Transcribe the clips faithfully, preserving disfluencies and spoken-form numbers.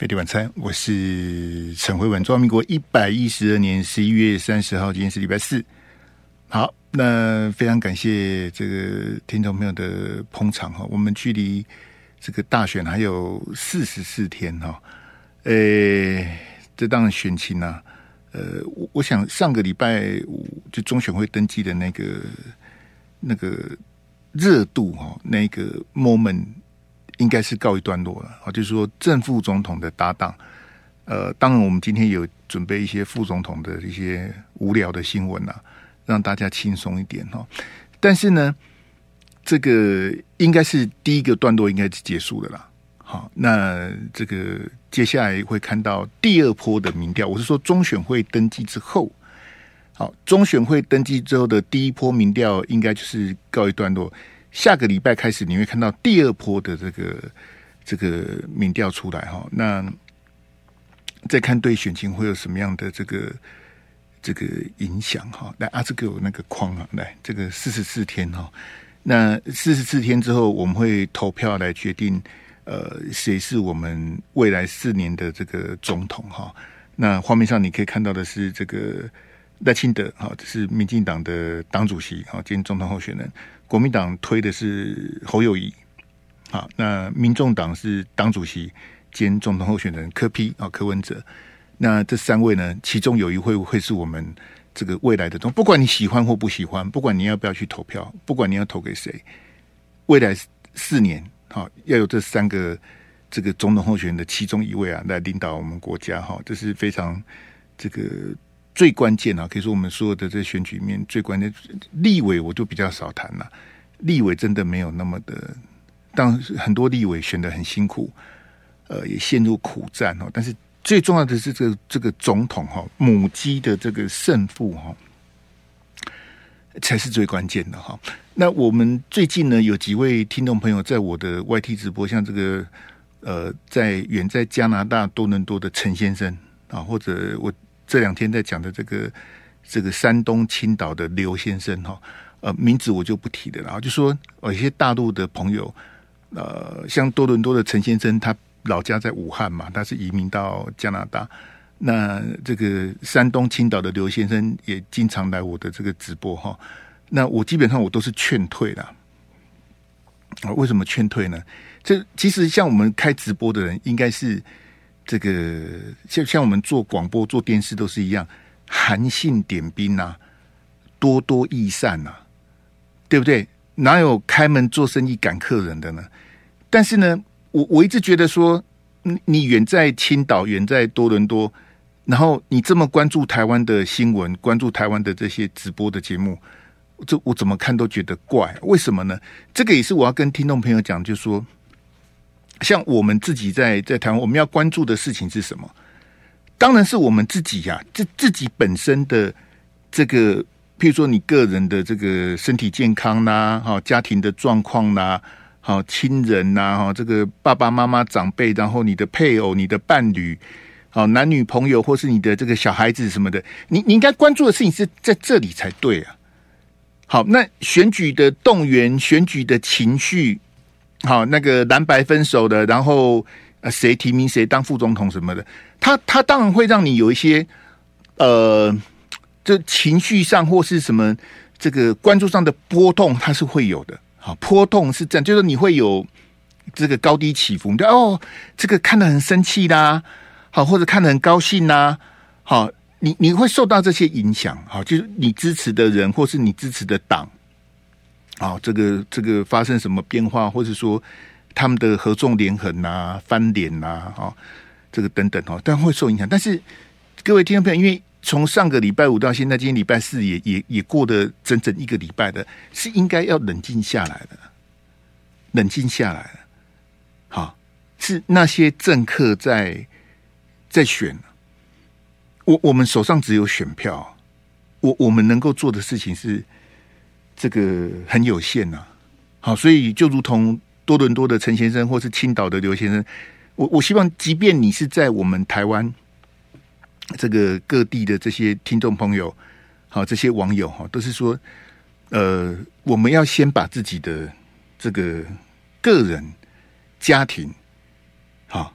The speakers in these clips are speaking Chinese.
飞碟晚餐，我是陈慧文。中华民国一百一十二年十一月三十号，今天是礼拜四。好，那非常感谢这个听众朋友的捧场哈。我们距离这个大选还有四十四天哈。呃，这当然选情啊，呃，我我想上个礼拜五就中选会登记的那个那个热度哈，那个 moment。应该是告一段落了啊，就是说正副总统的搭档，呃，当然我们今天有准备一些副总统的一些无聊的新闻啊，让大家轻松一点哈。但是呢，这个应该是第一个段落应该是结束了啦。好，那这个接下来会看到第二波的民调，我是说中选会登记之后，好，中选会登记之后的第一波民调应该就是告一段落。下个礼拜开始，你会看到第二波的这个这个民调出来哈。那再看对选情会有什么样的这个这个影响哈。来啊，这个有那个框啊，来这个四十四天哈。那四十四天之后，我们会投票来决定呃谁是我们未来四年的这个总统哈。那画面上你可以看到的是这个赖清德哈，这是民进党的党主席哈，兼总统候选人。国民党推的是侯友宜，好，那民众党是党主席兼总统候选人柯 P 啊柯文哲。那这三位呢，其中有一位会是我们这个未来的总，不管你喜欢或不喜欢，不管你要不要去投票，不管你要投给谁，未来四年好要有这三个这个总统候选人的其中一位啊来领导我们国家哈，这是非常这个。最关键啊，可以说我们所有的这选举里面最关键，立委我就比较少谈了。立委真的没有那么的，当然很多立委选得很辛苦，呃，也陷入苦战哦。但是最重要的是这个这个总统哈母鸡的这个胜负哈，才是最关键的哈。那我们最近呢，有几位听众朋友在我的 Y T 直播，像这个呃，在远在加拿大多伦多的陈先生啊，或者我。这两天在讲的这个这个山东青岛的刘先生哈，呃，名字我就不提了。然后就说有一些大陆的朋友，呃，像多伦多的陈先生，他老家在武汉嘛，他是移民到加拿大。那这个山东青岛的刘先生也经常来我的这个直播哈。那我基本上我都是劝退啦。啊，为什么劝退呢？这其实像我们开直播的人，应该是。这个像像我们做广播、做电视都是一样，韩信点兵啊，多多益善啊，对不对？哪有开门做生意赶客人的呢？但是呢，我我一直觉得说，你远在青岛、远在多伦多，然后你这么关注台湾的新闻、关注台湾的这些直播的节目，这我怎么看都觉得怪。为什么呢？这个也是我要跟听众朋友讲，就是说。像我们自己在在台湾，我们要关注的事情是什么？当然是我们自己呀、啊，自自己本身的这个，譬如说你个人的这个身体健康啦，哈，家庭的状况啦，好亲人呐，哈，这个爸爸妈妈长辈，然后你的配偶、你的伴侣，好男女朋友，或是你的这个小孩子什么的，你你应该关注的事情是在这里才对啊。好，那选举的动员，选举的情绪。好，那个蓝白分手的，然后呃，谁提名谁当副总统什么的，他他当然会让你有一些呃，这情绪上或是什么这个关注上的波动，它是会有的。好，波动是这样，就是你会有这个高低起伏。你就哦，这个看得很生气啦，好，或者看得很高兴啦，好，你你会受到这些影响。好，就是你支持的人或是你支持的党。好、哦，这个这个发生什么变化，或者说他们的合纵连横啊、翻脸啊，哦，这个等等哦，但会受影响。但是各位听众朋友，因为从上个礼拜五到现在，今天礼拜四也也也过了整整一个礼拜的，是应该要冷静下来的，冷静下来了。好、哦，是那些政客在在选，我我们手上只有选票，我我们能够做的事情是。这个很有限呐、啊，好，所以就如同多伦多的陈先生，或是青岛的刘先生，我我希望，即便你是在我们台湾这个各地的这些听众朋友，好，这些网友哈，都是说，呃，我们要先把自己的这个个人、家庭，好，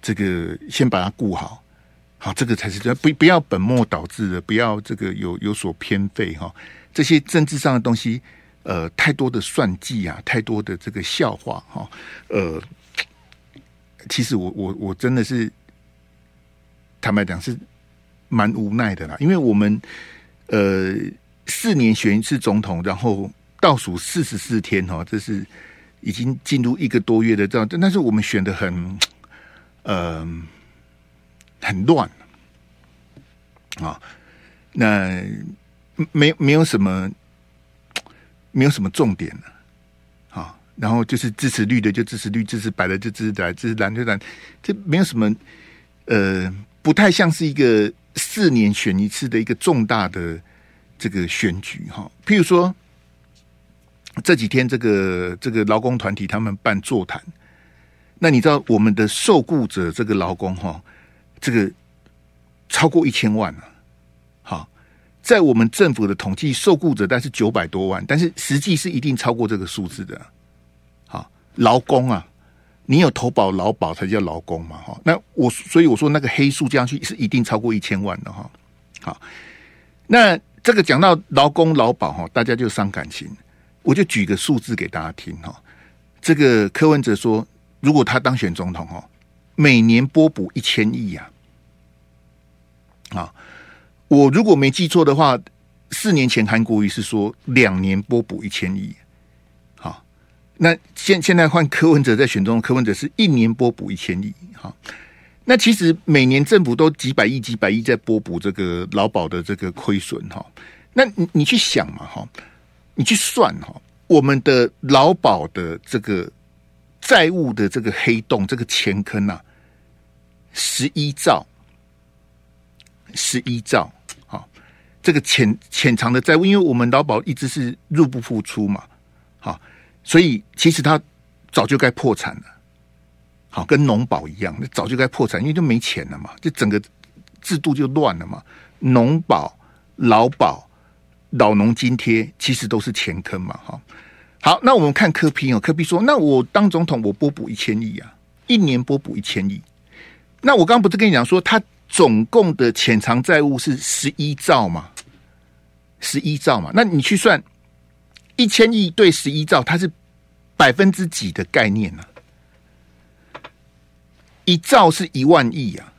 这个先把它顾好，好，这个才是不不要本末倒置的，不要这个有有所偏废哈。这些政治上的东西，呃，太多的算计啊，太多的这个笑话哈，呃，其实我我我真的是坦白讲是蛮无奈的啦，因为我们呃四年选一次总统，然后倒数四十四天哈，这是已经进入一个多月的这样，但是我们选的很。呃，很乱啊，那没没有什么，没有什么重点了啊。然后就是支持绿的就支持绿，支持白的就支持白，支持蓝就蓝，这没有什么，呃，不太像是一个四年选一次的一个重大的这个选举哈。譬如说这几天这个这个劳工团体他们办座谈。那你知道我们的受雇者这个劳工哈，这个超过一千万了，好，在我们政府的统计，受雇者大概是九百多万，但是实际是一定超过这个数字的。好，劳工啊，你有投保劳保才叫劳工嘛，哈。那我所以我说那个黑数这样去是一定超过一千万的哈。好，那这个讲到劳工劳保哈，大家就伤感情，我就举个数字给大家听哈。这个柯文哲说。如果他当选总统哦，每年拨补一千亿啊！啊，我如果没记错的话，四年前韩国瑜是说两年拨补一千亿。好，那现现在换柯文哲在选中，柯文哲是一年拨补一千亿。好，那其实每年政府都几百亿、几百亿在拨补这个劳保的这个亏损哈。那你你去想嘛哈，你去算哈，我们的劳保的这个。债务的这个黑洞，这个钱坑啊，十一兆，十一兆，好，这个潜潜藏的债务，因为我们劳保一直是入不敷出嘛，好，所以其实它早就该破产了，好，跟农保一样，早就该破产，因为就没钱了嘛，就整个制度就乱了嘛，农保、劳保、老农津贴，其实都是钱坑嘛，哈。好，那我们看柯 P 哦，柯 P 说，那我当总统，我拨补一千亿啊，一年拨补一千亿。那我刚刚不是跟你讲说，他总共的潜藏债务是十一兆嘛，十一兆嘛。那你去算一千亿对十一兆，它是百分之几的概念呢、啊？一兆是一万亿啊。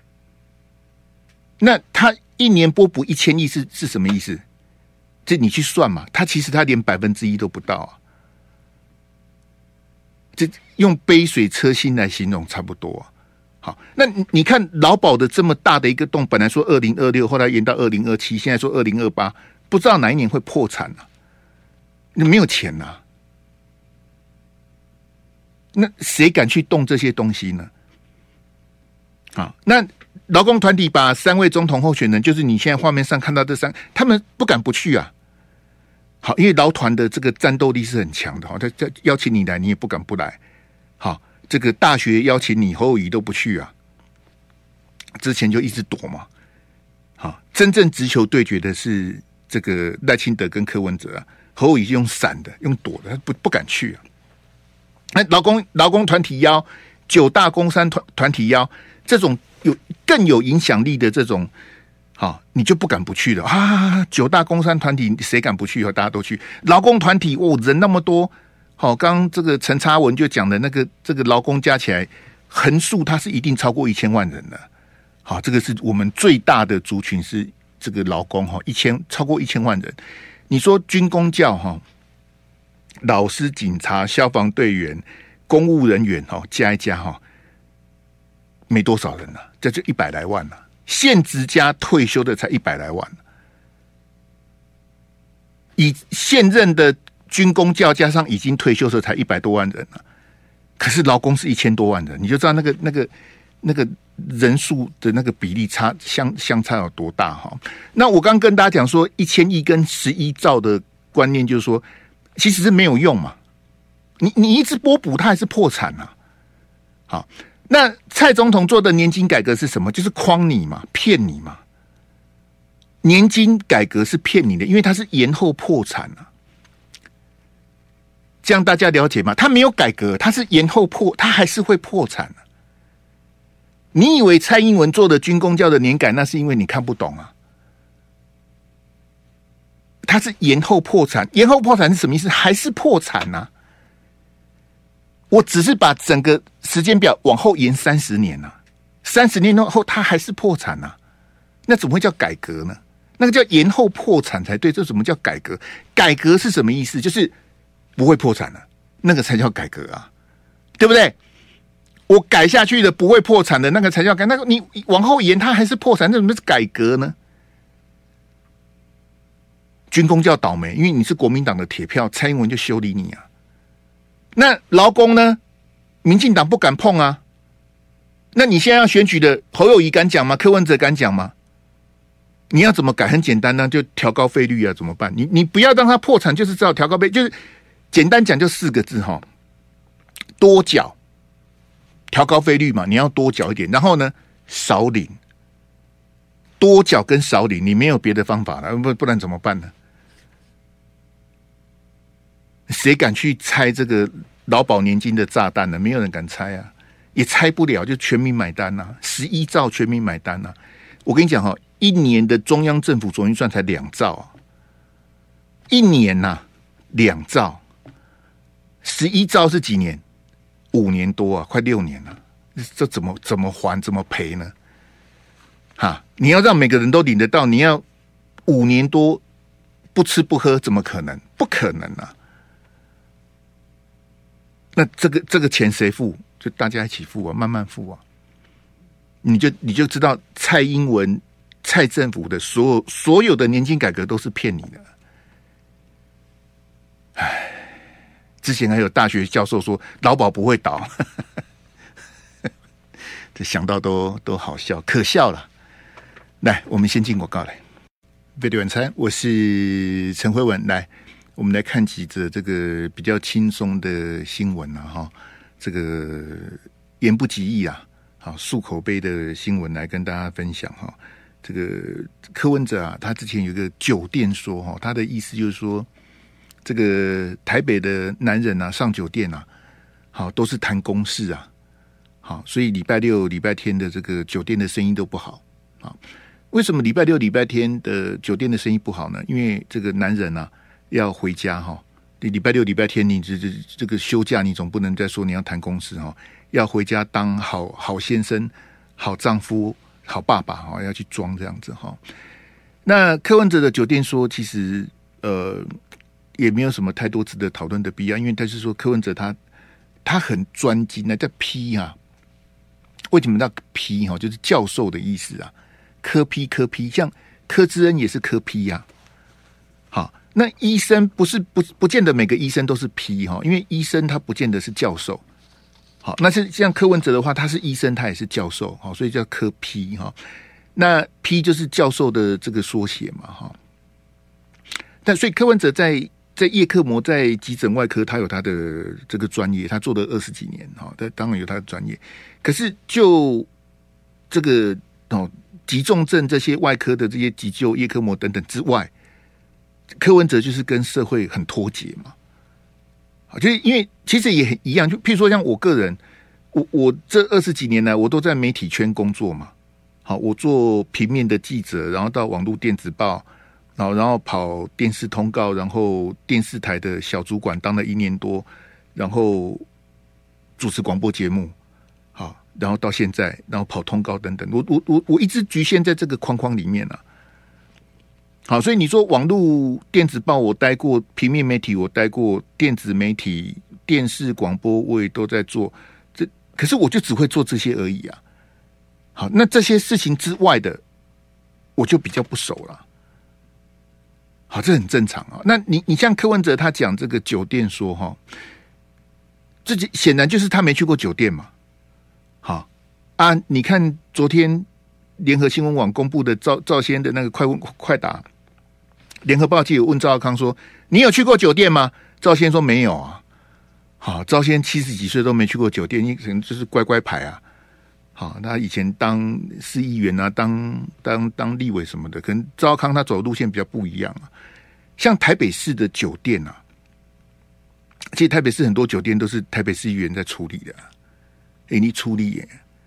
那他一年拨补一千亿是是什么意思？这你去算嘛，他其实他连百分之一都不到啊，这用杯水车薪来形容差不多啊。好，那你看劳保的这么大的一个洞，本来说二零二六，后来延到二零二七，现在说二零二八，不知道哪一年会破产啊？你没有钱啊，那谁敢去动这些东西呢？啊，那劳工团体把三位总统候选人，就是你现在画面上看到这三，他们不敢不去啊。好，因为劳团的这个战斗力是很强的哈，他邀请你来，你也不敢不来。好，这个大学邀请你，侯友宜都不去啊，之前就一直躲嘛。好，真正直球对决的是这个赖清德跟柯文哲啊，侯友宜是用闪的，用躲的，他不不敢去啊。那劳工劳工团体邀，九大工商团团体邀，这种有更有影响力的这种。好，你就不敢不去了啊！九大工商团体谁敢不去？大家都去。劳工团体哦，人那么多。好，刚刚这个陈插文就讲的那个这个劳工加起来横数，它是一定超过一千万人的。好，这个是我们最大的族群是这个劳工哈，一千超过一千万人。你说军公教哈，老师、警察、消防队员、公务人员哈，加一加哈，没多少人了、啊，这就一百来万了、啊。现职加退休的才一百来万，以现任的军公教加上已经退休的才一百多万人了，可是劳工是一千多万人，你就知道那个那个那个人数的那个比例差相相差有多大哈。那我刚跟大家讲说，一千亿跟十一兆的观念，就是说其实是没有用嘛，你你一直拨补，它还是破产啊。好。那蔡总统做的年金改革是什么？就是诓你嘛，骗你嘛。年金改革是骗你的，因为它是延后破产啊。这样大家了解吗？他没有改革，他是延后破，他还是会破产啊。 你以为蔡英文做的军公教的年改，那是因为你看不懂啊？他是延后破产，延后破产是什么意思？还是破产啊？我只是把整个时间表往后延三十年啊，三十年后他还是破产啊，那怎么会叫改革呢？那个叫延后破产才对，这怎么叫改革？改革是什么意思？就是不会破产了，那个才叫改革啊，对不对？我改下去的不会破产的那个才叫改，那个你往后延它还是破产，那怎么是改革呢？军公教倒霉，因为你是国民党的铁票，蔡英文就修理你啊。那劳工呢？民进党不敢碰啊。那你现在要选举的侯友宜敢讲吗？柯文哲敢讲吗？你要怎么改？很简单呢、啊，就调高费率啊，怎么办？你你不要让它破产，就是知道调高费，就是简单讲就四个字哈，多缴，调高费率嘛，你要多缴一点，然后呢少领，多缴跟少领，你没有别的方法了，不不然怎么办呢？谁敢去拆这个劳保年金的炸弹呢？没有人敢拆啊，也拆不了，就全民买单啊，十一兆全民买单啊！我跟你讲哈，一年的中央政府总预算才两兆啊，一年呐、啊、两兆，十一兆是几年？五年多啊，快六年了，这怎么怎么还怎么赔呢？哈，你要让每个人都领得到，你要五年多不吃不喝，怎么可能？不可能啊！那这个这个钱谁付？就大家一起付啊，慢慢付啊。你就你就知道蔡英文、蔡政府的所有所有的年金改革都是骗你的。唉，之前还有大学教授说劳保不会倒，这想到都都好笑，可笑了。来，我们先进广告来。飞碟晚餐，我是陈辉文，来。我们来看几则这个比较轻松的新闻啊，哈，这个言不及义啊，好漱口杯的新闻来跟大家分享哈。这个柯文哲啊，他之前有一个酒店说哈，他的意思就是说，这个台北的男人啊上酒店啊，好都是谈公事啊，好，所以礼拜六、礼拜天的这个酒店的生意都不好啊。为什么礼拜六、礼拜天的酒店的生意不好呢？因为这个男人啊。要回家哈，礼拜六、礼拜天你这这这个休假，你总不能再说你要谈公事哈，要回家当好好先生、好丈夫、好爸爸哈，要去装这样子哈。那柯文哲的酒店说，其实呃也没有什么太多值得讨论的必要，因为他是说柯文哲他他很专精啊，在批啊。为什么叫批哈？就是教授的意思啊，柯批柯批，像柯志恩也是柯批呀、啊。好。那医生不是不不见得每个医生都是 P 哈，因为医生他不见得是教授。好，那是像柯文哲的话，他是医生，他也是教授，好，所以叫柯 P 哈。那 P 就是教授的这个缩写嘛哈。但所以柯文哲在在叶克膜在急诊外科，他有他的这个专业，他做了二十几年哈，他当然有他的专业。可是就这个哦急重症这些外科的这些急救、叶克膜等等之外。柯文哲就是跟社会很脱节嘛，好，就是因为其实也很一样，就譬如说像我个人，我我这二十几年来，我都在媒体圈工作嘛，好，我做平面的记者，然后到网络电子报，然后然后跑电视通告，然后电视台的小主管当了一年多，然后主持广播节目，好，然后到现在，然后跑通告等等，我我我我一直局限在这个框框里面啊。好，所以你说网络电子报我待过，平面媒体我待过，电子媒体、电视广播我也都在做，这可是我就只会做这些而已啊。好，那这些事情之外的，我就比较不熟了。好，这很正常啊。那你你像柯文哲他讲这个酒店说哈，这显然就是他没去过酒店嘛。好啊，你看昨天联合新闻网公布的赵赵先的那个快问快答。联合报记者问赵少康说：“你有去过酒店吗？”赵先说：“没有啊。”好，赵先七十几岁都没去过酒店，你可能就是乖乖牌啊。好，他以前当市议员啊，当当当立委什么的，可能赵少康他走的路线比较不一样啊。像台北市的酒店啊，其实台北市很多酒店都是台北市议员在处理的、啊，哎，你处理耶。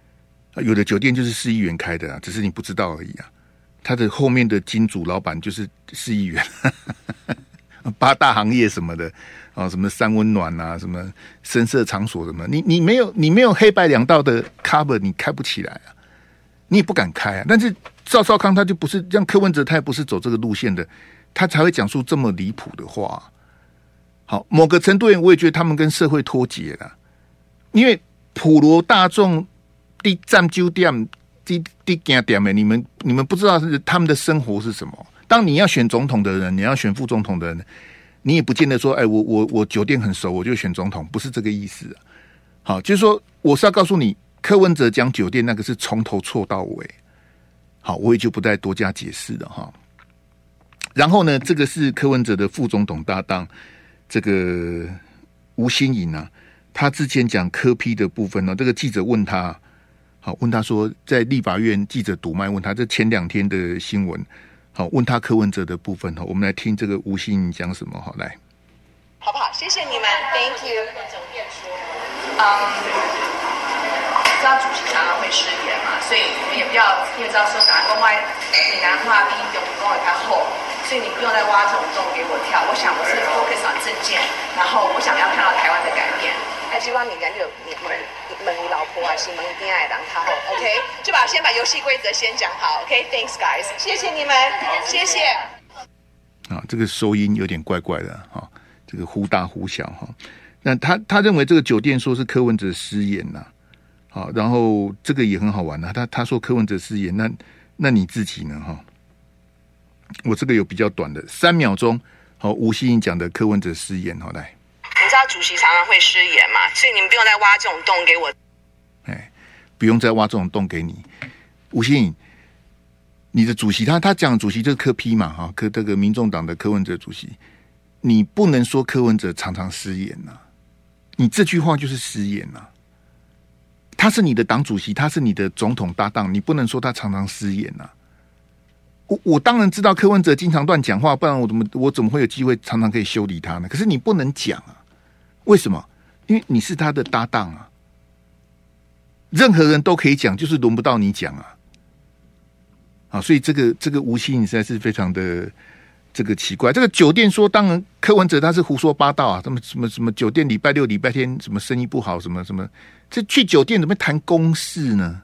有的酒店就是市议员开的啊，只是你不知道而已啊。他的后面的金主老板就是市议员，八大行业什么的啊，什么三温暖啊，什么深色场所什么，你你没有你没有黑白两道的 cover， 你开不起来啊，你也不敢开啊。但是赵少康他就不是，像柯文哲他也不是走这个路线的，他才会讲出这么离谱的话。好，某个程度我也觉得他们跟社会脱节了，因为普罗大众的占酒店。第第点点的，你们你们不知道是他们的生活是什么。当你要选总统的人，你要选副总统的人，你也不见得说，哎，我我我酒店很熟，我就选总统，不是这个意思啊。好，就是说，我是要告诉你，柯文哲讲酒店那个是从头错到尾。好，我也就不再多加解释了哈。然后呢，这个是柯文哲的副总统搭档，这个吴欣颖啊，他之前讲柯 P 的部分呢，这个记者问他。好，问他说，在立法院记者堵麦问他，这前两天的新闻，好，问他柯文哲的部分，我们来听这个吴欣颖讲什么，好，来， 好不好？谢谢你们 ，Thank you。嗯，知道主席常常会失言嘛，所以你们也不要因为知道说赶快公开闽南话批用跟我看后，所以你不用再挖这种洞给我跳。我想我是 focus on 政见，然后我想要看到台湾的改变。还希望你能有你们问你老婆还是问恋爱人他后 ，OK， 就把先把游戏规则先讲好 ，OK，Thanks、okay? guys， 谢谢你们，谢谢。 啊，这个收音有点怪怪的哈、啊，这个忽大忽小哈、啊。那他他认为这个酒店说是柯文哲失言呐、啊，好，然后这个也很好玩呐、啊，他他说柯文哲失言，那那你自己呢哈、啊？我这个有比较短的三秒钟，好，吴欣颖讲的柯文哲失言，好来。 你知道主席常常会失言嘛，所以你们不用再挖这种洞给我。 哎，不用再挖这种洞给你。吴欣颖，你的主席他他讲主席就是柯 P 嘛，哈，柯这个民众党的柯文哲主席，你不能说柯文哲常常失言呐、啊，你这句话就是失言呐、啊。他是你的党主席，他是你的总统搭档，你不能说他常常失言呐、啊。我我当然知道柯文哲经常乱讲话，不然我怎么我怎么会有机会常常可以修理他呢？可是你不能讲啊。为什么？因为你是他的搭档啊，任何人都可以讲，就是轮不到你讲啊。啊，所以这个这个吴欣颖实在是非常的这个奇怪。这个酒店说，当然柯文哲他是胡说八道啊，什么什么什么酒店礼拜六、礼拜天什么生意不好，什么什么，这去酒店怎么谈公事呢？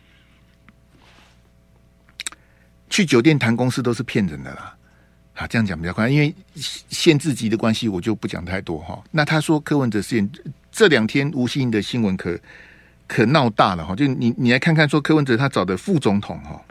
去酒店谈公事都是骗人的啦。啊，这样讲比较快，因为限制级的关系，我就不讲太多哈。那他说柯文哲事件这两天吴欣颖的新闻可可闹大了哈，就你你来看看说柯文哲他找的副总统哈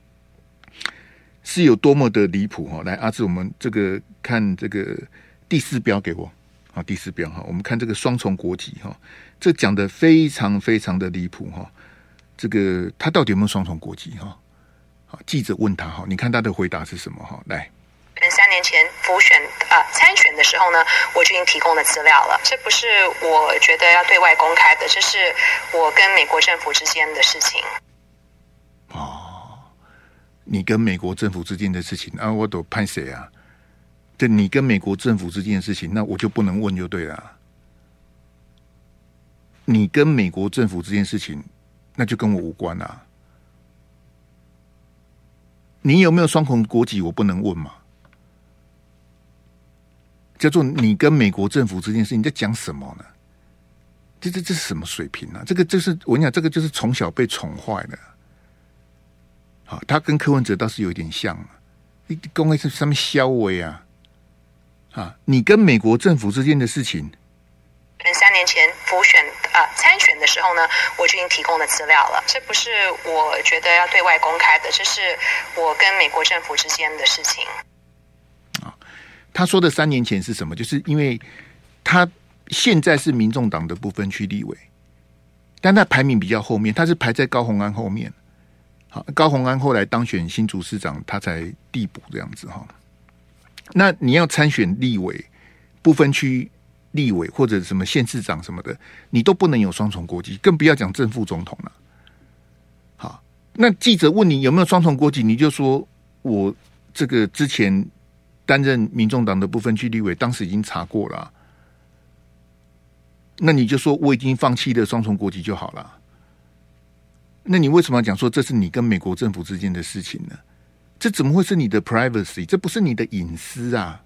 是有多么的离谱哈。来，阿志，我们这个看这个第四标给我啊，第四标哈，我们看这个双重国籍哈，这讲的非常非常的离谱哈。这个他到底有没有双重国籍哈？好，记者问他哈，你看他的回答是什么哈？来。 三年前辅选呃参选的时候呢，我就已经提供了资料了。这不是我觉得要对外公开的，这是我跟美国政府之间的事情。 哦，你跟美国政府之间的事情啊，我都判谁啊？对，你跟美国政府之间的事情，那我就不能问就对了。你跟美国政府之间的事情，那就跟我无关啊。你有没有双重国籍，我不能问嘛。叫做你跟美国政府这件事，你在讲什么呢？这这这是什么水平啊？这个就是我跟你讲，这个就是从小被宠坏的。好，他跟柯文哲倒是有一点像，你公会是上面消微啊啊！你跟美国政府之间的事情， 三年前辅选呃参选的时候呢，我就已经提供了资料了。这不是我觉得要对外公开的，这是我跟美国政府之间的事情。 他说的三年前是什么？就是因为他现在是民众党的不分区立委，但他排名比较后面，他是排在高虹安后面。好，高虹安后来当选新竹市长，他才递补这样子哈。那你要参选立委、不分区立委或者什么县市长什么的，你都不能有双重国籍，更不要讲正副总统了。好，那记者问你有没有双重国籍，你就说我这个之前担任民众党的不分区立委，当时已经查过了、啊，那你就说我已经放弃了双重国籍就好了。 那你为什么要讲说这是你跟美国政府之间的事情呢？这怎么会是你的 privacy？ 这不是你的隐私啊！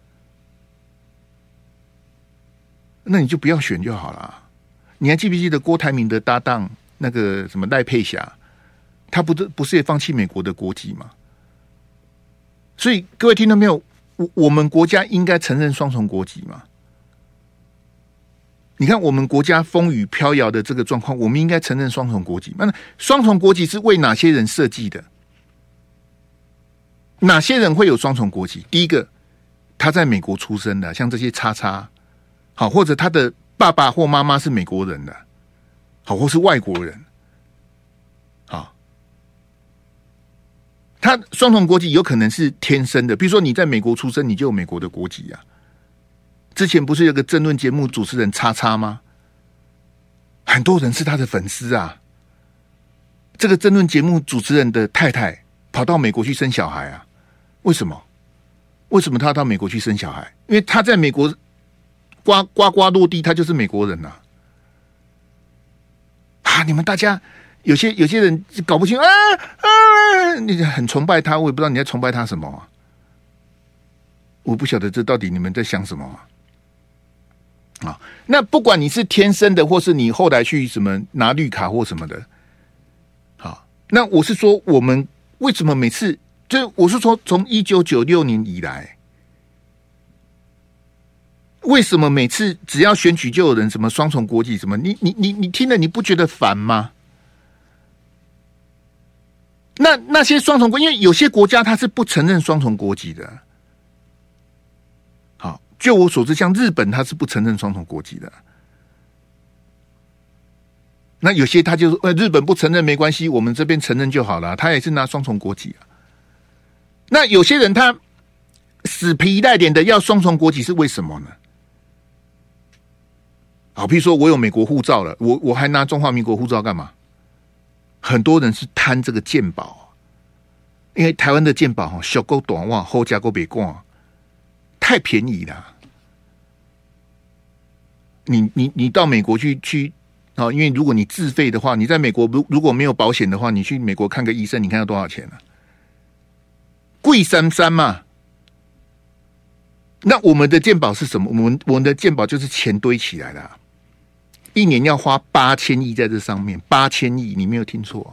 那你就不要选就好了。你还记不记得郭台铭的搭档那个什么赖佩霞，他不是不是也放弃美国的国籍吗？所以各位听到没有？我我们国家应该承认双重国籍吗？你看我们国家风雨飘摇的这个状况，我们应该承认双重国籍。那双重国籍是为哪些人设计的？哪些人会有双重国籍？第一个，他在美国出生的，像这些叉叉，好，或者他的爸爸或妈妈是美国人的，好，或是外国人，好，他双重国籍有可能是天生的，比如说你在美国出生，你就有美国的国籍啊。之前不是有个政论节目主持人叉叉吗？很多人是他的粉丝啊。这个政论节目主持人的太太跑到美国去生小孩啊？为什么？为什么他要到美国去生小孩？因为他在美国呱呱呱落地，他就是美国人啊！啊，你们大家有些有些人搞不清啊啊！你很崇拜他，我也不知道你在崇拜他什么啊！我不晓得这到底你们在想什么啊！啊，那不管你是天生的，或是你后来去什么拿绿卡或什么的，好，那我是说，我们为什么每次，就我是说，从一九九六年以来，为什么每次只要选举就有人什么双重国籍什么？你你你你听了你不觉得烦吗？那那些双重国，因为有些国家它是不承认双重国籍的。就我所知，像日本，它是不承认双重国籍的。那有些他就说，呃，日本不承认没关系，我们这边承认就好了。他也是拿双重国籍啊。那有些人他死皮赖脸的要双重国籍，是为什么呢？好，譬如说我有美国护照了，我我还拿中华民国护照干嘛？很多人是贪这个健保，因为台湾的健保哈小够短哇，后加够别挂。太便宜了，你你你到美国去去啊、哦？因为如果你自费的话，你在美国如如果没有保险的话，你去美国看个医生，你看要多少钱呢、啊？贵三三嘛。那我们的健保是什么？我们我们的健保就是钱堆起来的、啊，一年要花八千亿在这上面，八千亿，你没有听错。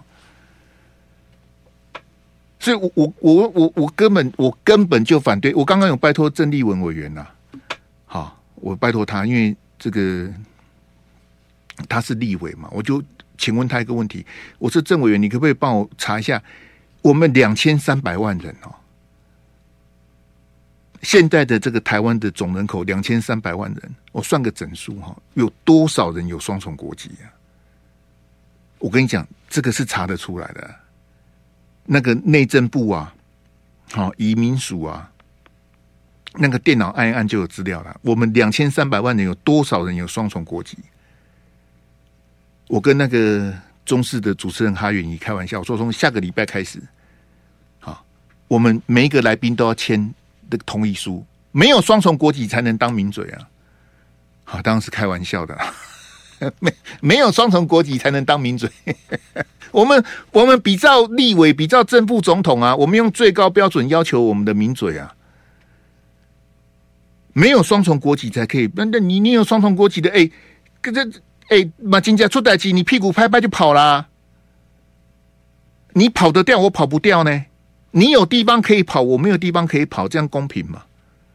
所以我，我我我我根本我根本就反对。我刚刚有拜托郑丽文委员呐、啊，好，我拜托他，因为这个他是立委嘛，我就请问他一个问题：我是郑委员，你可不可以帮我查一下，我们两千三百万人哦，现在的这个台湾的总人口两千三百万人，我算个整数哈，有多少人有双重国籍啊？我跟你讲，这个是查得出来的。那个内政部啊，好、哦、移民署啊，那个电脑按一按就有资料了。我们两千三百万人有多少人有双重国籍？我跟那个中视的主持人哈远仪开玩笑，我说从下个礼拜开始，好、哦，我们每一个来宾都要签这个同意书，没有双重国籍才能当名嘴啊。好，当然是开玩笑的。没没有双重国籍才能当名嘴，我们我们比照立委，比照正副总统啊，我们用最高标准要求我们的名嘴啊，没有双重国籍才可以。那那你你有双重国籍的，哎、欸，跟这哎马金家出代机，你屁股拍拍就跑啦，你跑得掉，我跑不掉呢。你有地方可以跑，我没有地方可以跑，这样公平吗？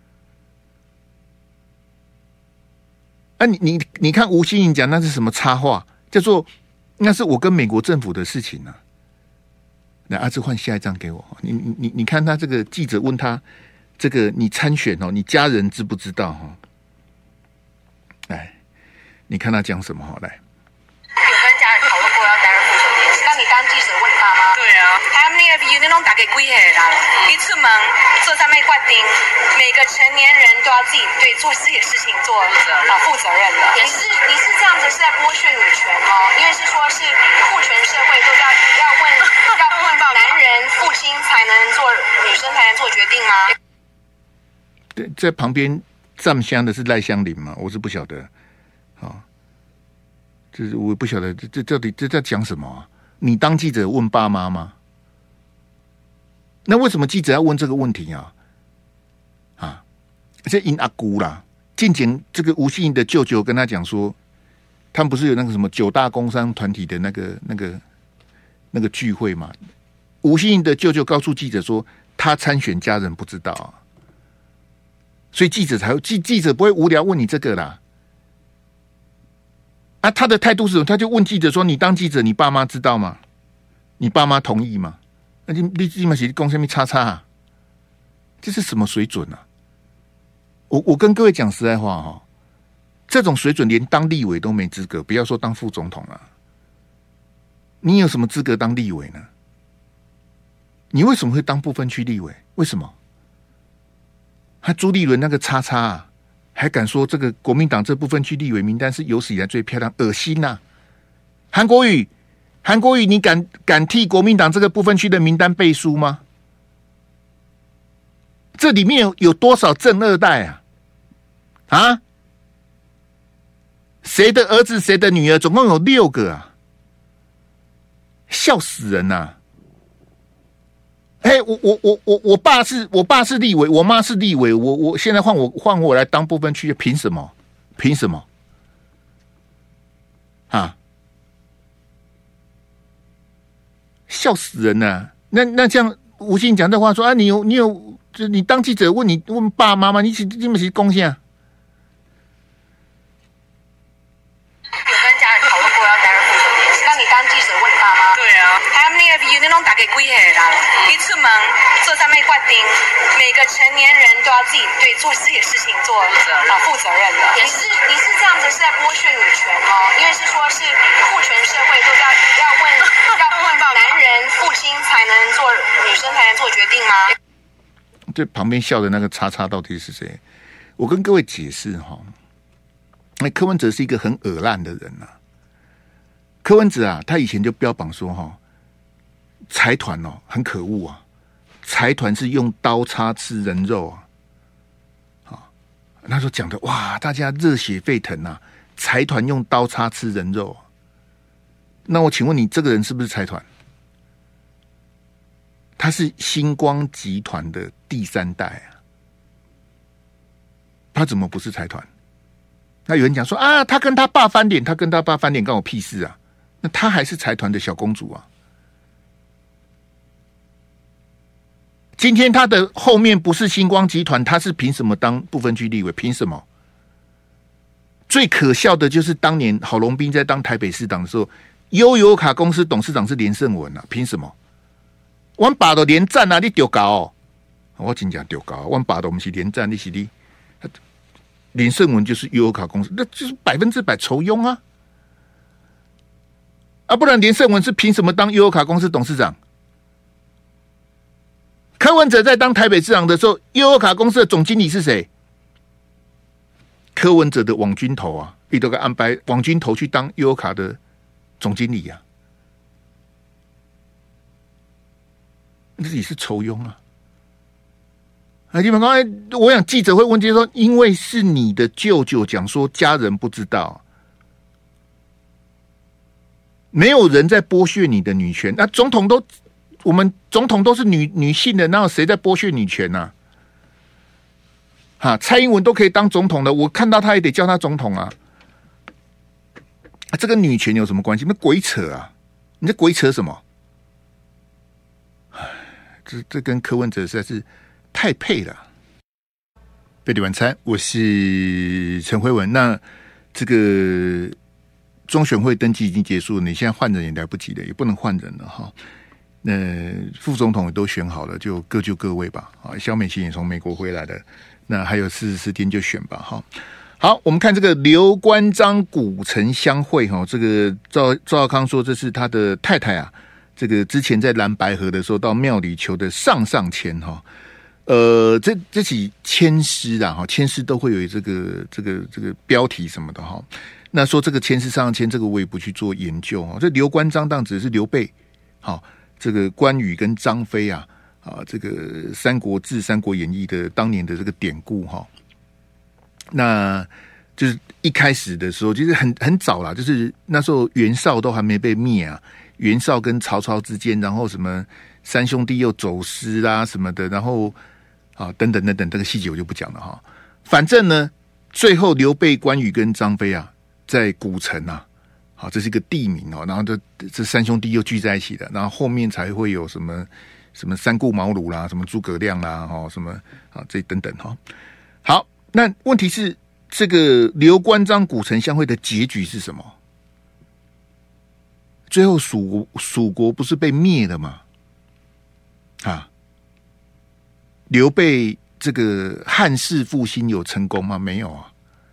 啊你，你你你看吴欣颖讲那是什么插话，叫做那是我跟美国政府的事情啊。来，阿志换下一张给我。你你你你看他这个记者问他这个你参选哦，你家人知不知道哈？来，你看他讲什么哈？来。 有跟家人讨论过要担任副总编辑，那你当记者问你爸妈？对啊。他们那个 you 那种打给几岁人，一出门做上面决定，每个成年人都要自己对做自己的事情做啊负责任的。你是你是这样子是在剥削女权吗？因为是说是父权社会都要要问要问男人父亲才能做，女生才能做决定吗？ 对，在旁边站香的是赖香林嘛？我是不晓得。好、哦，这是我不晓得这这到底这在讲什么啊？ 你当记者问爸妈吗？那为什么记者要问这个问题啊？啊，这因阿姑啦，近前这个吴欣盈的舅舅跟他讲说，他们不是有那个什么九大工商团体的那个那个那个聚会嘛？吴欣盈的舅舅告诉记者说，他参选家人不知道啊，所以记者才会记记者不会无聊问你这个啦。啊，他的态度是什么？他就问记者说：“你当记者，你爸妈知道吗？你爸妈同意吗？”那你你你们是讲什么叉叉啊？这是什么水准啊？我我跟各位讲实在话哈，这种水准连当立委都没资格，不要说当副总统了。你有什么资格当立委呢？你为什么会当不分区立委？为什么？他朱立伦那个叉叉啊，还敢说这个国民党这部分区立委名单是有史以来最漂亮？恶心呐、啊！韩国瑜，韩国瑜，你敢敢替国民党这个部分区的名单背书吗？这里面有有多少正二代啊？啊？谁的儿子谁的女儿，总共有六个啊！笑死人呐、啊！哎，我我我我我爸是我爸是立委，我妈是立委，我我现在换我换我来当部分区，凭什么？凭什么？啊！笑死人呐、啊！那那这样，吴欣盈讲这话说啊，你有你有，就你当记者问你问爸妈妈，你是你们是贡献啊？ 有跟家人讨论过要担任副总编辑，那你当记者问你爸妈？对啊 ，How many of you 那种打给几岁人？一出门做上面决定，每个成年人都要自己对做自己的事情做啊负责任的。你是你是这样子是在剥削女权哦？因为是说是父权社会都要要问要问男人父亲才能做，女生才能做决定吗？ 这旁边笑的那个叉叉到底是谁？我跟各位解释哈，那柯文哲是一个很恶烂的人呐、啊。柯文哲啊，他以前就标榜说哈，财团哦很可恶啊，财团是用刀叉吃人肉啊。好，那时候讲的哇，大家热血沸腾啊，财团用刀叉吃人肉、啊。那我请问你，这个人是不是财团？他是星光集团的第三代啊，他怎么不是财团？那有人讲说啊，他跟他爸翻脸，他跟他爸翻脸，干我屁事啊？那他还是财团的小公主啊。今天他的后面不是星光集团，他是凭什么当不分区立委？凭什么？最可笑的就是当年郝龙斌在当台北市长的时候，悠游卡公司董事长是连胜文啊，凭什么？我爸都连战啊，你丢高哦！我真讲丢高，我爸都不是连战，你是你连胜文就是悠游卡公司，那就是百分之百酬庸啊！啊，不然连胜文是凭什么当悠游卡公司董事长？柯文哲在当台北市长的时候，悠游卡公司的总经理是谁？柯文哲的网军头啊，你都给安排网军头去当悠游卡的总经理啊！自己是酬庸啊！啊，你们刚才我想记者会问，就是说，因为是你的舅舅讲说家人不知道，没有人在剥削你的女权。那总统都，我们总统都是女女性的，哪有谁在剥削女权啊？哈，蔡英文都可以当总统的，我看到他也得叫他总统啊！啊这跟女权有什么关系？那鬼扯啊！你在鬼扯什么？这这跟柯文哲实在是太配了。贝蒂晚餐，我是陈辉文。那这个中选会登记已经结束了，你现在换人也来不及了，也不能换人了哈。那副总统也都选好了，就各就各位吧。啊，萧美琴也从美国回来了，那还有四十四天就选吧。哈，好，我们看这个刘关张古城相会哈，这个赵赵少康说这是他的太太啊。这个之前在蓝白河的时候，到庙里求的上上签哈，呃，这这起签诗啊哈，签诗都会有这个这个这个标题什么的哈。那说这个签诗上上签，这个我也不去做研究哈。这刘关张当指的是刘备，好，这个关羽跟张飞啊啊，这个《三国志》《三国演义》的当年的这个典故哈。那就是一开始的时候，就是很很早啦，就是那时候袁绍都还没被灭啊。 袁绍跟曹操之间，然后什么三兄弟又走失啦、啊、什么的，然后啊等等等等，这个细节我就不讲了哈。反正呢，最后刘备、关羽跟张飞啊，在古城啊，好，这是一个地名哦，然后这这三兄弟又聚在一起的，然后后面才会有什么什么三顾茅庐啦，什么诸葛亮啦，哈，什么啊这等等哈。好，那问题是这个刘关张古城相会的结局是什么？最后蜀蜀国不是被灭了吗？啊，刘备这个汉室复兴有成功吗？没有啊。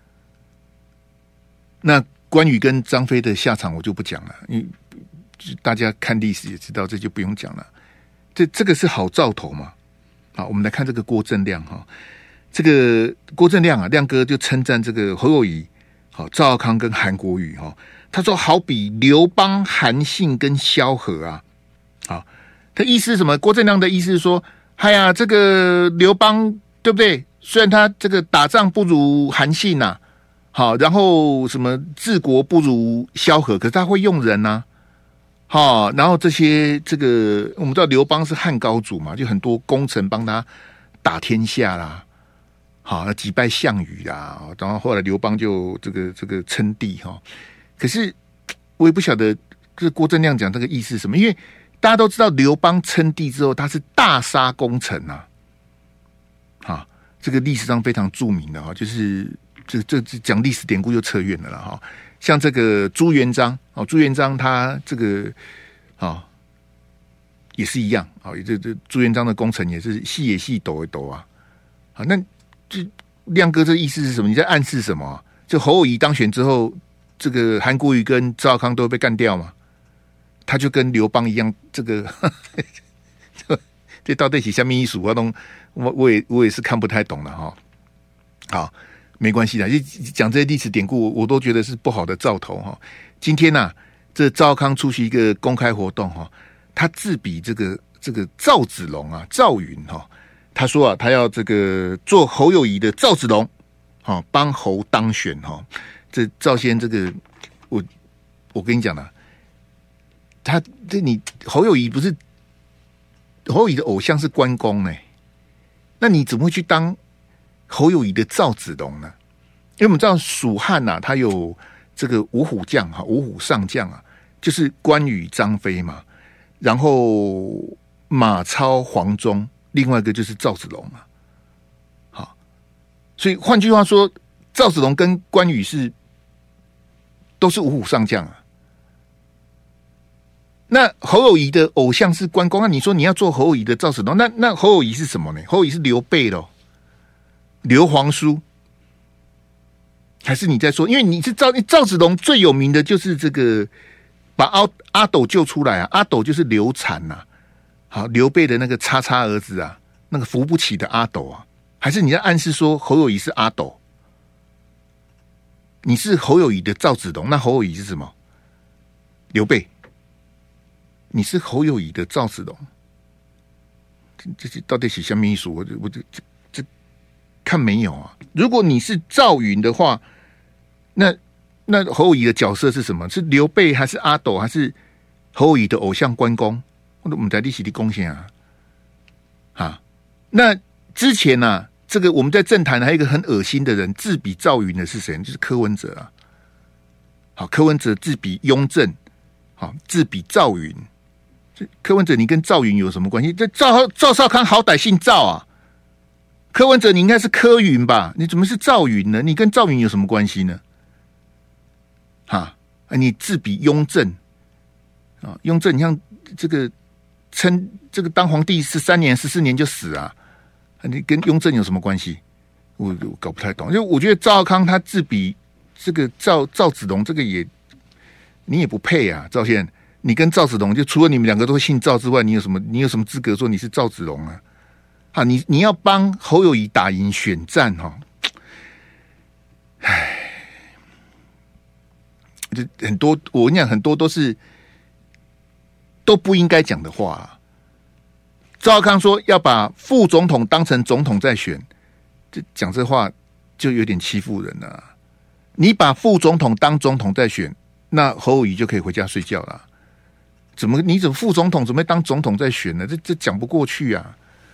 那关羽跟张飞的下场我就不讲了，因为大家看历史也知道，这就不用讲了。这这个是好兆头嘛？好，我们来看这个郭正亮哈，这个郭正亮啊，亮哥就称赞这个侯友宜、好赵少康跟韩国瑜哈。他说：“好比刘邦、韩信跟萧何啊，好，他意思是什么？郭正亮的意思是说，哎呀，这个刘邦对不对？虽然他这个打仗不如韩信呐、啊，好，然后什么治国不如萧何，可是他会用人呐、啊，好，然后这些这个我们知道刘邦是汉高祖嘛，就很多功臣帮他打天下啦，好，击败项羽啦，然后后来刘邦就这个这个称帝哈。”可是我也不晓得这郭正亮讲这个意思是什么，因为大家都知道刘邦称帝之后，他是大杀功臣啊，哈，这个历史上非常著名的哈，就是这这讲历史典故就扯远了啦哈。像这个朱元璋哦，朱元璋他这个啊也是一样啊，这这朱元璋的功臣也是戏也戏抖一抖啊，好，那这亮哥这意思是什么？你在暗示什么、啊？就侯友宜当选之后。这个韩国瑜跟赵少康都会被干掉嘛？他就跟刘邦一样，这个呵呵这到底是什么意思？我懂，我我也我也是看不太懂了哈。好，没关系的，就讲这些历史典故，我都觉得是不好的兆头哈。今天呐、啊，这赵少康出席一个公开活动哈，他自比这个这个赵子龙啊，赵云哈，他说啊，他要这个做侯友宜的赵子龙，好帮侯当选哈。这赵先这个，我我跟你讲了，他这你侯友宜不是侯友宜的偶像是关公呢、欸，那你怎么会去当侯友宜的赵子龙呢？因为我们知道蜀汉呐、啊，他有这个五虎将哈，五虎上将啊，就是关羽、张飞嘛，然后马超、黄忠，另外一个就是赵子龙嘛。好，所以换句话说，赵子龙跟关羽是。都是五虎上将啊。那侯友宜的偶像是关公，那你说你要做侯友宜的赵子龙，那那侯友宜是什么呢？侯友宜是刘备咯，刘皇叔，还是你在说？因为你是赵赵子龙最有名的就是这个把阿阿斗救出来啊，阿斗就是刘禅呐、啊，好，刘备的那个叉叉儿子啊，那个扶不起的阿斗啊，还是你在暗示说侯友宜是阿斗？你是侯友宜的赵子龙，那侯友宜是什么？刘备。你是侯友宜的赵子龙，这这到底是什么意思？我我这这这看没有啊？如果你是赵云的话，那那侯友宜的角色是什么？是刘备还是阿斗还是侯友宜的偶像关公？我们在历史的贡献啊，啊，那之前呢、啊？这个我们在政坛还有一个很恶心的人，自比赵云的是谁？就是柯文哲啊。好，柯文哲自比雍正，好，自比赵云。柯文哲，你跟赵云有什么关系？这赵赵少康好歹姓赵啊。柯文哲，你应该是柯云吧？你怎么是赵云呢？你跟赵云有什么关系呢？哈，你自比雍正啊，雍正，你像这个称这个当皇帝十三年、十四年就死啊。你跟雍正有什么关系？我我搞不太懂。因为我觉得赵少康他自比这个赵赵子龙，这个也你也不配啊，赵先生，你跟赵子龙就除了你们两个都姓赵之外，你有什么你有什么资格说你是赵子龙啊？啊，你你要帮侯友宜打赢选战哈、哦，唉，这很多我跟你讲，很多都是都不应该讲的话、啊。赵少康说要把副总统当成总统再选，这讲这话就有点欺负人了、啊。你把副总统当总统再选，那侯友宜就可以回家睡觉了。 怎么你怎么副总统准备当总统再选呢？这这讲不过去啊！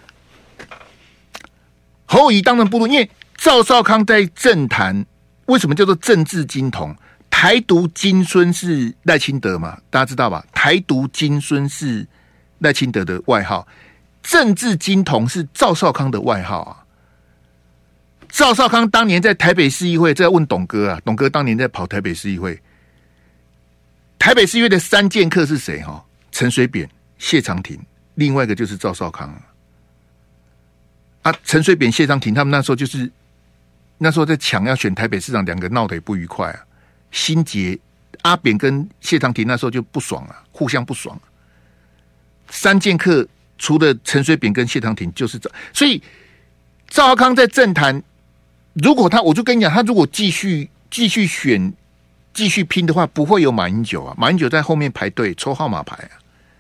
侯友宜当然不如，因为赵少康在政坛为什么叫做政治金童？台独金孙是赖清德嘛，大家知道吧？台独金孙是赖清德的外号，政治金童是赵少康的外号啊。赵少康当年在台北市议会，这要问董哥啊，董哥当年在跑台北市议会，台北市议会的三剑客是谁？哈，陈水扁、谢长廷，另外一个就是赵少康啊。啊，陈水扁、谢长廷他们那时候就是那时候在抢要选台北市长，两个闹得也不愉快啊。心结，阿扁跟谢长廷那时候就不爽啊，互相不爽啊。三剑客除了陈水扁跟谢长廷，就是赵，所以赵少康在政坛。如果他，我就跟你讲，他如果继续继续选、继续拼的话，不会有马英九啊。马英九在后面排队抽号码牌啊。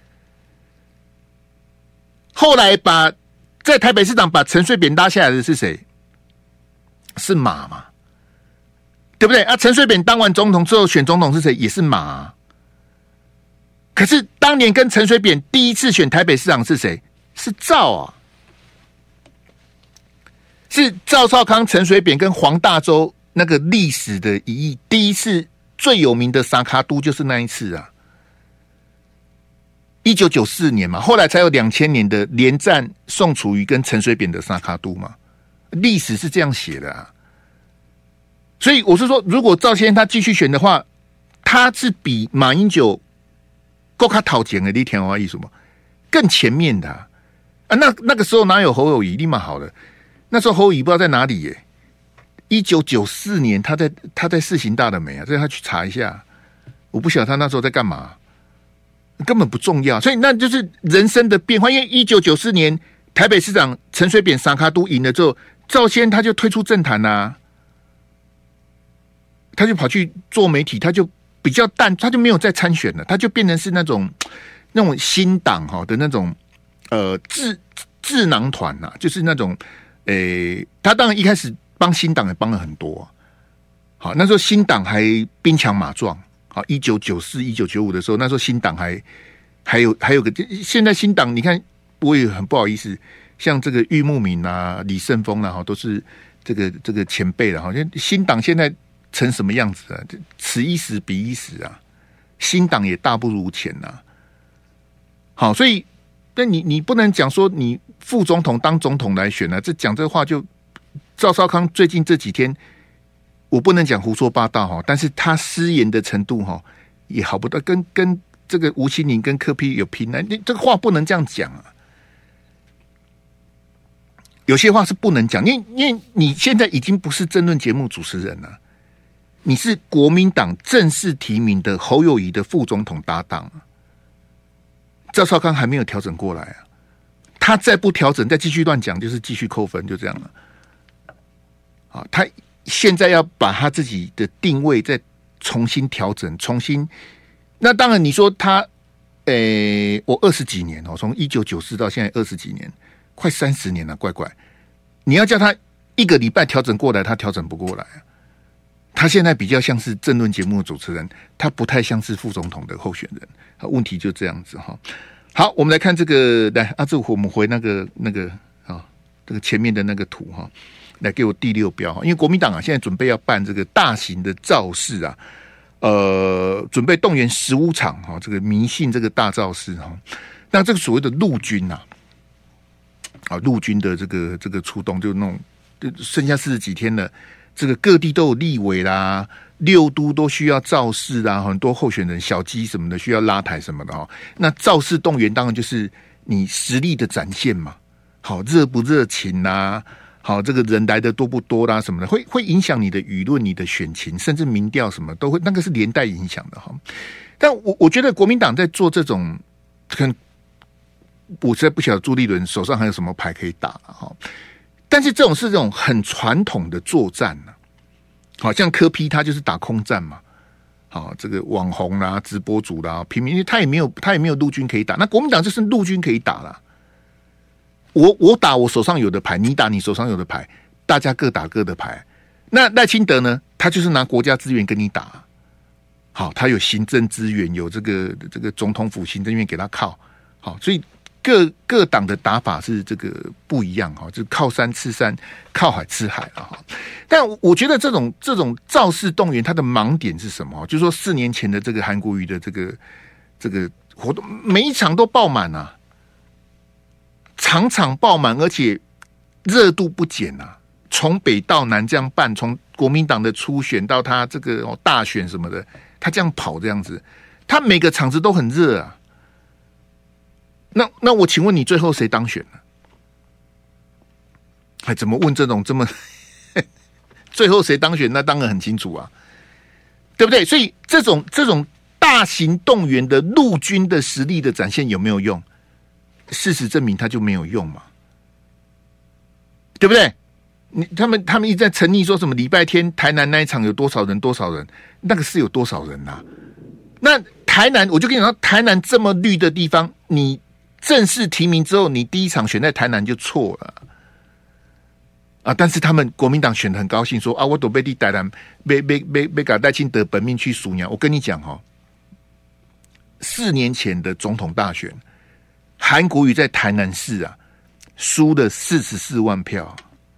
后来把在台北市长把陈水扁拉下来的是谁？是马嘛，对不对啊？陈水扁当完总统之后选总统是谁？也是马啊。可是当年跟陈水扁第一次选台北市长是谁？是赵啊。是赵少康、陈水扁跟黄大洲那个历史的一役，第一次最有名的沙卡都就是那一次啊，一九九四年嘛，后来才有两千年的连战、宋楚瑜跟陈水扁的沙卡都嘛，历史是这样写的啊。所以我是说，如果赵先生他继续选的话，他是比马英九够他讨钱的那天华艺术嘛更前面的啊。啊那那个时候哪有侯友宜立马好了？那时候侯友宜不知道在哪里耶、欸。一九九四年他在他在世行大了没啊？这他去查一下，我不晓得他那时候在干嘛，根本不重要。所以那就是人生的变化。因为一九九四年台北市长陈水扁沙卡都赢了之后，赵先他就退出政坛啦、啊，他就跑去做媒体，他就比较淡，他就没有再参选了，他就变成是那种那种新党哈的那种呃智智囊团呐、啊，就是那种。诶，他当然一开始帮新党也帮了很多、啊，好，那时候新党还兵强马壮，好，一九九四、一九九五的时候，那时候新党还还有还有个，现在新党你看，我也很不好意思，像这个郁慕明啊、李胜峰啊，哈，都是这个这个前辈了哈。新党现在成什么样子啊？此一时彼一时啊，新党也大不如前呐、啊。好，所以。但你你不能讲说你副总统当总统来选啊，这讲这话就赵少康最近这几天，我不能讲胡说八道哈，但是他失言的程度哈也好不到，跟跟这个吴欣盈跟柯 P 有拼啊，你这个话不能这样讲啊，有些话是不能讲，因为因为你现在已经不是政论节目主持人了，你是国民党正式提名的侯友宜的副总统搭档啊。赵少康还没有调整过来啊，他再不调整，再继续乱讲，就是继续扣分，就这样了。啊，他现在要把他自己的定位再重新调整，重新。那当然，你说他，诶、欸，我二十几年哦，从一九九四到现在二十几年，快三十年了，乖乖，你要叫他一个礼拜调整过来，他调整不过来啊。他现在比较像是政论节目的主持人，他不太像是副总统的候选人。问题就这样子哈。好，我们来看这个，来阿志，我们回那个那个啊，这个前面的那个图哈，来给我第六标哈。因为国民党啊，现在准备要办这个大型的造势啊，呃，准备动员十五场哈，这个迷信这个大造势哈。那这个所谓的陆军呐、啊，啊，陆军的这个这个出动，就那种就剩下四十几天了。这个各地都有立委啦，六都都需要造势啦，很多候选人小鸡什么的需要拉台什么的哈。那造势动员当然就是你实力的展现嘛。好，热不热情啦，好，这个人来的多不多啦，什么的，会会影响你的舆论、你的选情，甚至民调什么都会，那个是连带影响的哈。但我我觉得国民党在做这种，可能我实在不晓得朱立伦手上还有什么牌可以打了哈。但是这种是这种很传统的作战呢、啊，好像柯 P 他就是打空战嘛，好，这个网红啦、直播主啦、平民，他也没有他也没有陆军可以打，那国民党就是陆军可以打啦。我我打我手上有的牌，你打你手上有的牌，大家各打各的牌。那赖清德呢，他就是拿国家资源跟你打， 好，他有行政资源，有这个这个总统府行政院给他靠，好，所以各各党的打法是这个不一样哈，就是靠山吃山，靠海吃海了哈。但我觉得这种这种造势动员，它的盲点是什么？就是说四年前的这个韩国瑜的这个这个活动，每一场都爆满啊，场场爆满，而且热度不减啊。从北到南这样办，从国民党的初选到他这个、哦、大选什么的，他这样跑这样子，他每个场子都很热啊。那那我请问你，最后谁当选了？哎，怎么问这种这么最后谁当选？那当然很清楚啊，对不对？所以这种这种大型动员的陆军的实力的展现有没有用？事实证明，它就没有用嘛，对不对？你他们他们一直在沉溺说什么礼拜天台南那一场有多少人多少人，那个是有多少人呐、啊？那台南我就跟你讲，台南这么绿的地方，你正式提名之后，你第一场选在台南就错了啊！但是他们国民党选得很高兴，说啊，我都被地台南被被被被搞戴清德本命去数鸟。我跟你讲哈，四年前的总统大选，韩国瑜在台南市啊输了四十四万票。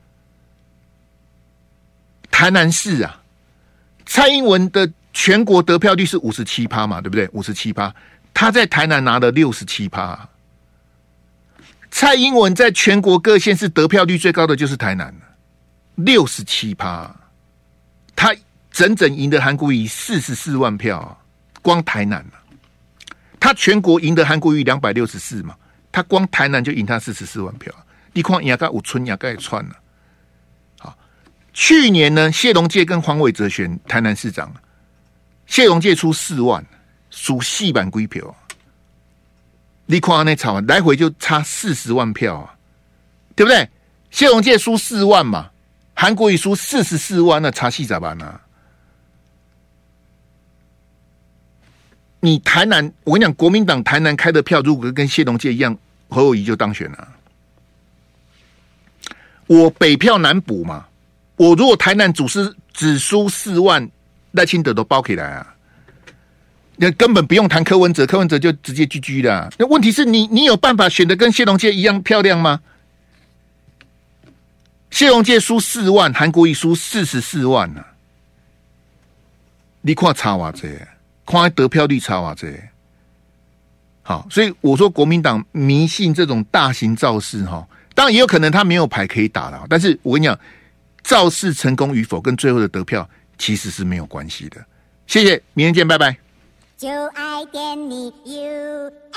台南市啊，蔡英文的全国得票率是五十七趴嘛，对不对？五十七趴，他在台南拿了六十七趴。蔡英文在全国各县市得票率最高的就是台南，六十七趴，他整整赢得韩国瑜四十四万票，光台南啊，他全国赢得韩国瑜两百六十四嘛，他光台南就赢他四十四万票，你看亚盖五村亚盖串了。去年呢，谢龙介跟黄伟哲选台南市长，谢龙介出四万，输四万几票，你看那吵来回就差四十万票啊，对不对？谢龙介输四万嘛，韩国瑜输四十四万，那差四十万啊！你台南，我跟你讲，国民党台南开的票，如果跟谢龙介一样，侯友宜就当选了。我北票南补嘛。我如果台南主是只输四万，赖清德都包起来啊！那根本不用谈柯文哲，柯文哲就直接 G G 了。那问题是你，你有办法选得跟谢龙介一样漂亮吗？谢龙介输四万，韩国瑜输四十四万啊！你看差哇这，看得票率差哇这。好，所以我说国民党迷信这种大型造势哈，当然也有可能他没有牌可以打了，但是我跟你讲。造势成功与否跟最后的得票其实是没有关系的。谢谢，明天见，拜拜。就爱点你 U。